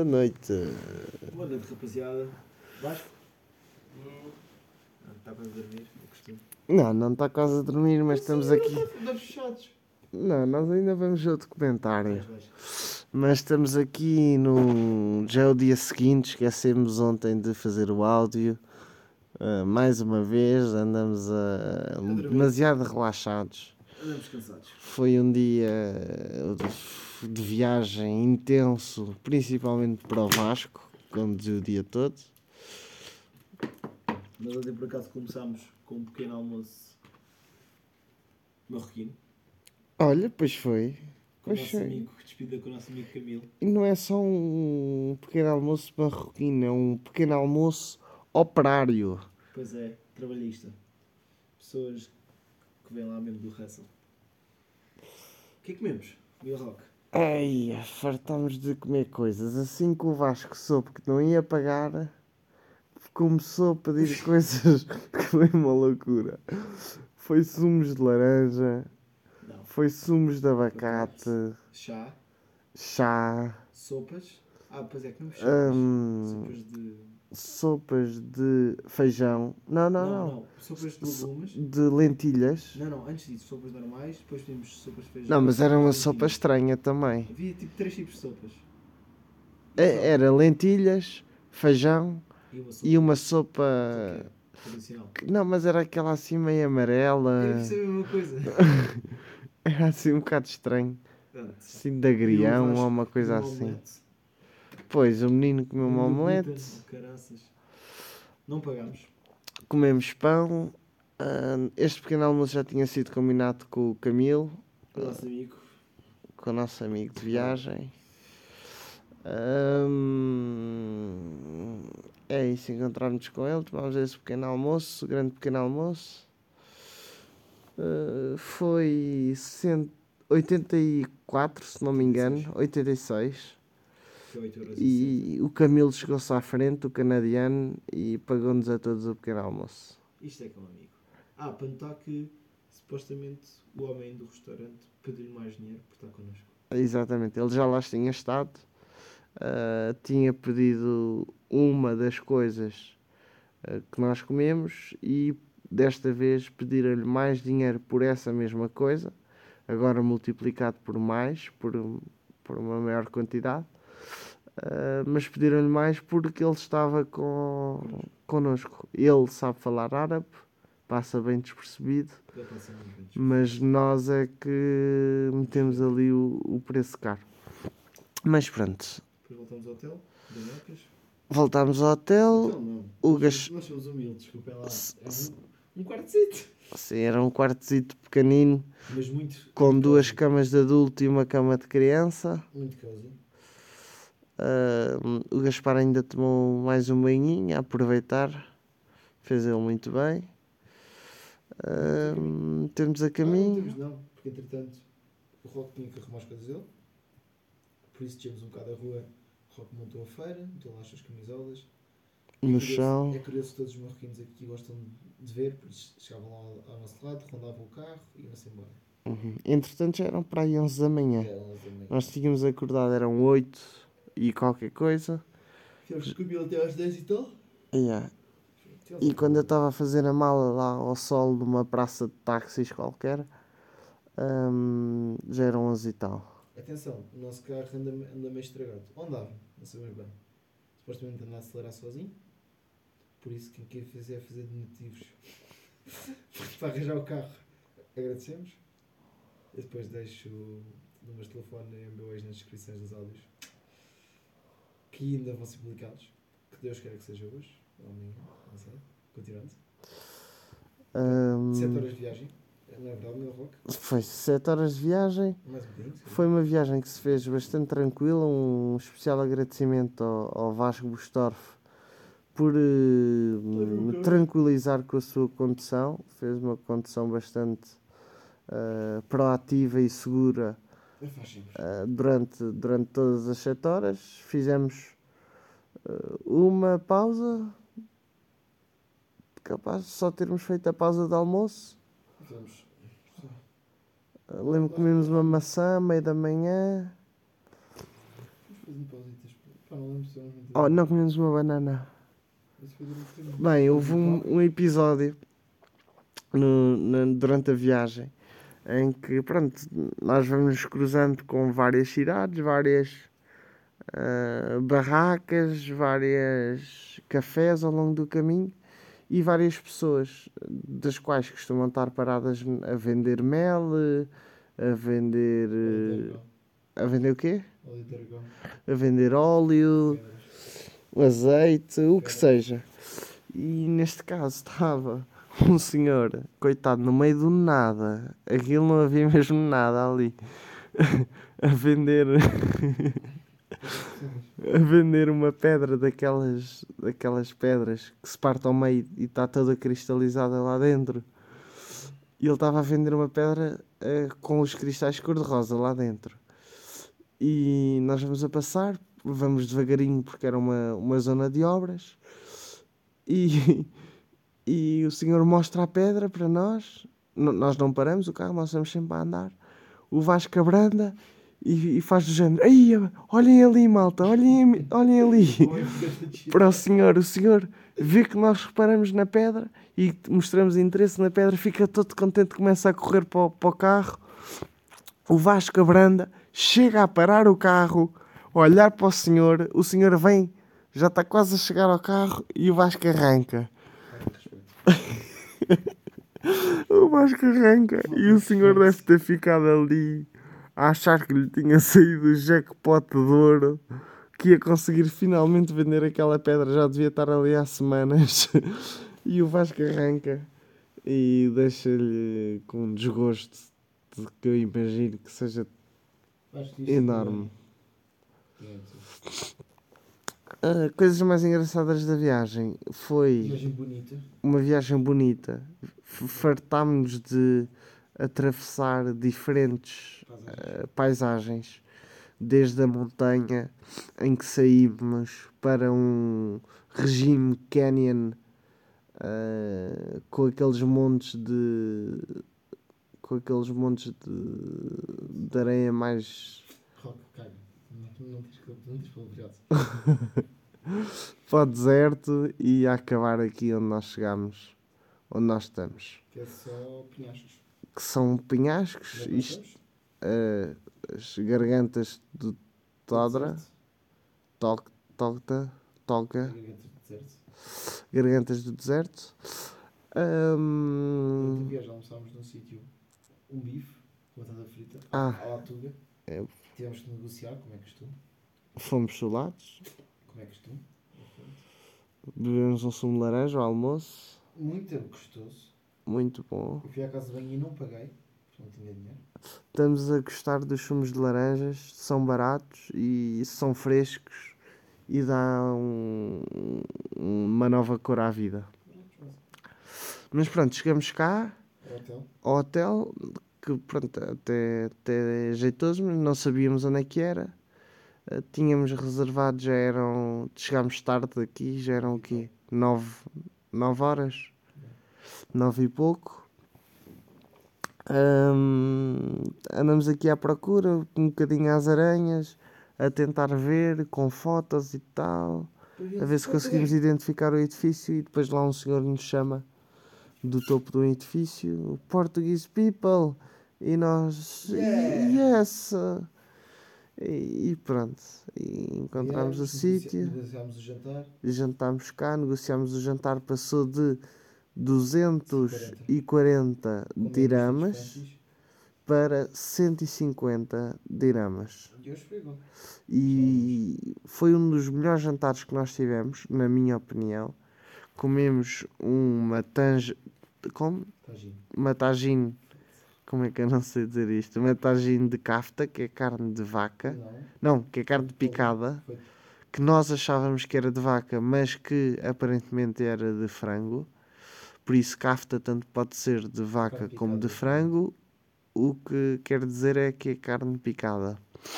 noite. Boa noite, rapaziada. Vasco? Está para dormir, é costume. Não está quase a dormir, mas estamos aqui. Estamos fechados. Não, nós ainda vamos ver o documentário. Vais. Mas estamos aqui no. Já é o dia seguinte, esquecemos ontem de fazer o áudio. Mais uma vez, andamos demasiado relaxados. Andamos cansados. Foi um dia de viagem intenso, principalmente para o Vasco, que conduziu o dia todo. Nós ontem por acaso começámos com um pequeno almoço marroquino. Olha, pois foi. Com o nosso amigo, despedida com o nosso amigo Camilo. E não é só um pequeno almoço marroquino, é um pequeno almoço operário. Pois é, trabalhista. Pessoas que vêm lá mesmo do Russell. O que é que comemos? Milrock. Ai, fartámos de comer coisas. Assim que o Vasco soube que não ia pagar, começou a pedir coisas que foi uma loucura. Foi sumos de laranja, Não. foi sumos de abacate, chá, Sopas. Pois é, comemos sopas. sopas de feijão. Não. Sopas de legumes. De lentilhas. Não, antes disso, sopas normais, depois temos sopas de feijão. Não, mas era uma sopa estranha também. Havia tipo 3 tipos de sopas. Era lentilhas, feijão e uma sopa. Tradicional. Não, mas era aquela assim meio amarela. Deve ser a mesma coisa. Era assim um bocado estranho. Pronto. Assim de agrião ou uma coisa assim. Omelete. Pois, o menino comeu uma omelete. Caraças. Não pagámos. Comemos pão. Este pequeno almoço já tinha sido combinado com o Camilo. Com o nosso amigo. Com o nosso amigo de viagem. É isso, encontramos-nos com ele, tomámos esse pequeno almoço, grande pequeno almoço. Foi 84, se não me engano, 86. E o Camilo chegou-se à frente, o canadiano, e pagou-nos a todos o pequeno almoço. Isto é que é um amigo. Para notar que supostamente o homem do restaurante pediu-lhe mais dinheiro por estar connosco. Exatamente, ele já lá tinha estado. Tinha pedido uma das coisas que nós comemos e desta vez pediram-lhe mais dinheiro por essa mesma coisa, agora multiplicado por mais, por uma maior quantidade, mas pediram-lhe mais porque ele estava connosco. Ele sabe falar árabe, passa bem despercebido, mas nós é que metemos ali o preço caro. Mas pronto. Depois voltamos ao hotel, Voltámos ao hotel. Então, não. Nós somos humildes, desculpem lá. Um quartozito. Sim, era um quartozito pequenino, mas muito, com muito duas cozy. camas de adulto e uma cama de criança. Muito cozy. O Gaspar ainda tomou mais um banhinho a aproveitar. Fez ele muito bem. Temos a caminho. Não, porque entretanto o Roque tinha que arrumar as coisas dele. Por isso tínhamos um bocado a rua. O Roque montou a feira, montou lá as suas camisolas. No chão. É curioso que todos os marroquinos aqui gostam de ver, por isso chegavam lá ao nosso lado, rondavam o carro e iam-se embora. Entretanto já eram para aí 11 da manhã. Nós tínhamos acordado, eram 8 e qualquer coisa. Tivemos comido até às 10 e tal. E quando eu estava a fazer a mala lá ao sol de uma praça de táxis qualquer, já eram 11 e tal. Atenção, o nosso carro anda meio estragado. Ou andava, não sabemos bem. Supostamente anda a acelerar sozinho. Por isso, quem quer fazer é fazer donativos para arranjar o carro. Agradecemos. Eu depois deixo o número de telefone e MBWays nas descrições dos áudios. Que ainda vão ser publicados. Que Deus queira que seja hoje. Ou amanhã, não sei. Continuando. 7 horas de viagem. Não é verdade, meu Roque? Foi 7 horas de viagem. Mais um bocadinho. Foi uma viagem que se fez bastante tranquila. Um especial agradecimento ao Vasco Bustorff por me tranquilizar com a sua condução. Fez uma condução bastante proativa e segura durante todas as 7 horas. Fizemos uma pausa, capaz de só termos feito a pausa de almoço. Lembro que comemos uma maçã à meia da manhã. Pá, não lembro se eu não Oh, não comemos uma banana. Isso foi durante o caminho. Bem, houve um episódio durante a viagem em que, pronto, nós vamos nos cruzando com várias cidades, várias barracas, várias cafés ao longo do caminho e várias pessoas, das quais costumam estar paradas a vender mel, a vender. A vender o quê? Óleo de argão. A vender óleo, Pedras. azeite, o que seja. E neste caso estava um senhor, coitado, no meio do nada, aquilo não havia mesmo nada ali, a vender a vender uma pedra daquelas pedras que se parte ao meio e está toda cristalizada lá dentro. E ele estava a vender uma pedra com os cristais cor-de-rosa lá dentro. E nós vamos a passar, vamos devagarinho porque era uma zona de obras. E, e o senhor mostra a pedra para nós. Nós não paramos o carro, nós estamos sempre a andar. O Vasco abranda e faz do género: "Aí, olhem ali, malta, olhem ali." Para o senhor vê que nós reparamos na pedra e mostramos interesse na pedra, fica todo contente, começa a correr para o carro. O Vasco abranda, chega a parar o carro, a olhar para o senhor vem, já está quase a chegar ao carro e o Vasco arranca. O Vasco arranca e o senhor deve ter ficado ali a achar que lhe tinha saído o jackpot de ouro, que ia conseguir finalmente vender aquela pedra, já devia estar ali há semanas. E o Vasco arranca e deixa-lhe com um desgosto que eu imagino que seja enorme. Coisas mais engraçadas da viagem foi Viagem bonita. uma viagem bonita. Fartámos-nos de atravessar diferentes paisagens, desde a montanha em que saímos para um regime canyon com aqueles montes de areia mais Rock, caga. Não tens palavreado. para o deserto e a acabar aqui onde nós chegamos, onde nós estamos. Que é só penhascos. Que são penhascos, as gargantas do Todra, Togta, Toga, gargantas do deserto. Durante a viagem almoçámos num sítio um bife, batata frita, à latuga. Tivemos de negociar, como é costume. Fomos solados. Como é costume. Bebemos um sumo de laranja ao almoço. Muito gostoso. Muito bom. Eu fui à casa de banho e não paguei, porque não tinha dinheiro. Estamos a gostar dos sumos de laranjas, são baratos e são frescos e dá uma nova cor à vida. Mas pronto, chegamos cá ao hotel, que pronto, até é jeitoso, mas não sabíamos onde é que era. Tínhamos reservado, chegámos tarde aqui, já eram o quê? 9 horas? 9 e pouco. Andamos aqui à procura, um bocadinho às aranhas, a tentar ver com fotos e tal, a ver se conseguimos identificar o edifício. E depois lá um senhor nos chama do topo do edifício: "Portuguese people", e nós yes. E pronto, e encontramos o sítio, negociámos o jantar, jantámos cá, negociámos o jantar, passou de 240 dirhamas para 150 dirhamas. E foi um dos melhores jantares que nós tivemos, na minha opinião. Comemos uma tagine. Como é que eu não sei dizer isto? Uma tagine de kafta, que é carne de vaca. Não, que é carne de picada. Que nós achávamos que era de vaca, mas que aparentemente era de frango. Por isso, kafta tanto pode ser de vaca como de frango. O que quer dizer é que é carne picada.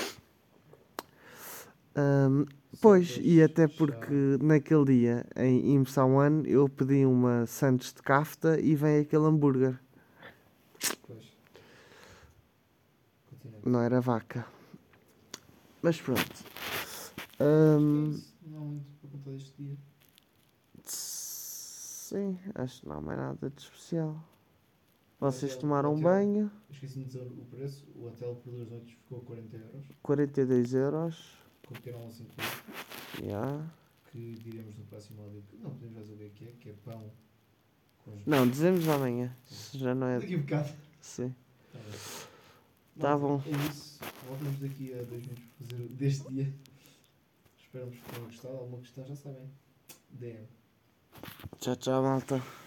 Pois, e até porque naquele dia, em Im Sawan, eu pedi uma Santos de kafta e vem aquele hambúrguer. Não era vaca. Mas pronto. Ahm, isso. Não há muito para contar deste dia. sim, acho que não há mais nada de especial. O Vocês hotel, tomaram banho, eu esqueci de dizer o preço. O hotel por 2 noites ficou a 40€, 42€. com pequeno almoço incluído, Yeah. que diremos no próximo áudio. Não podemos já saber o que é pão com Não, dizemos amanhã. Isso já não é. daqui a bocado. Sim. Tá bem. Tá Malta, bom. é isso. Voltamos daqui a 2 minutos para fazer deste dia. Esperamos que tenham gostado. Alguma questão já sabem. DM. Tchau, tchau, malta.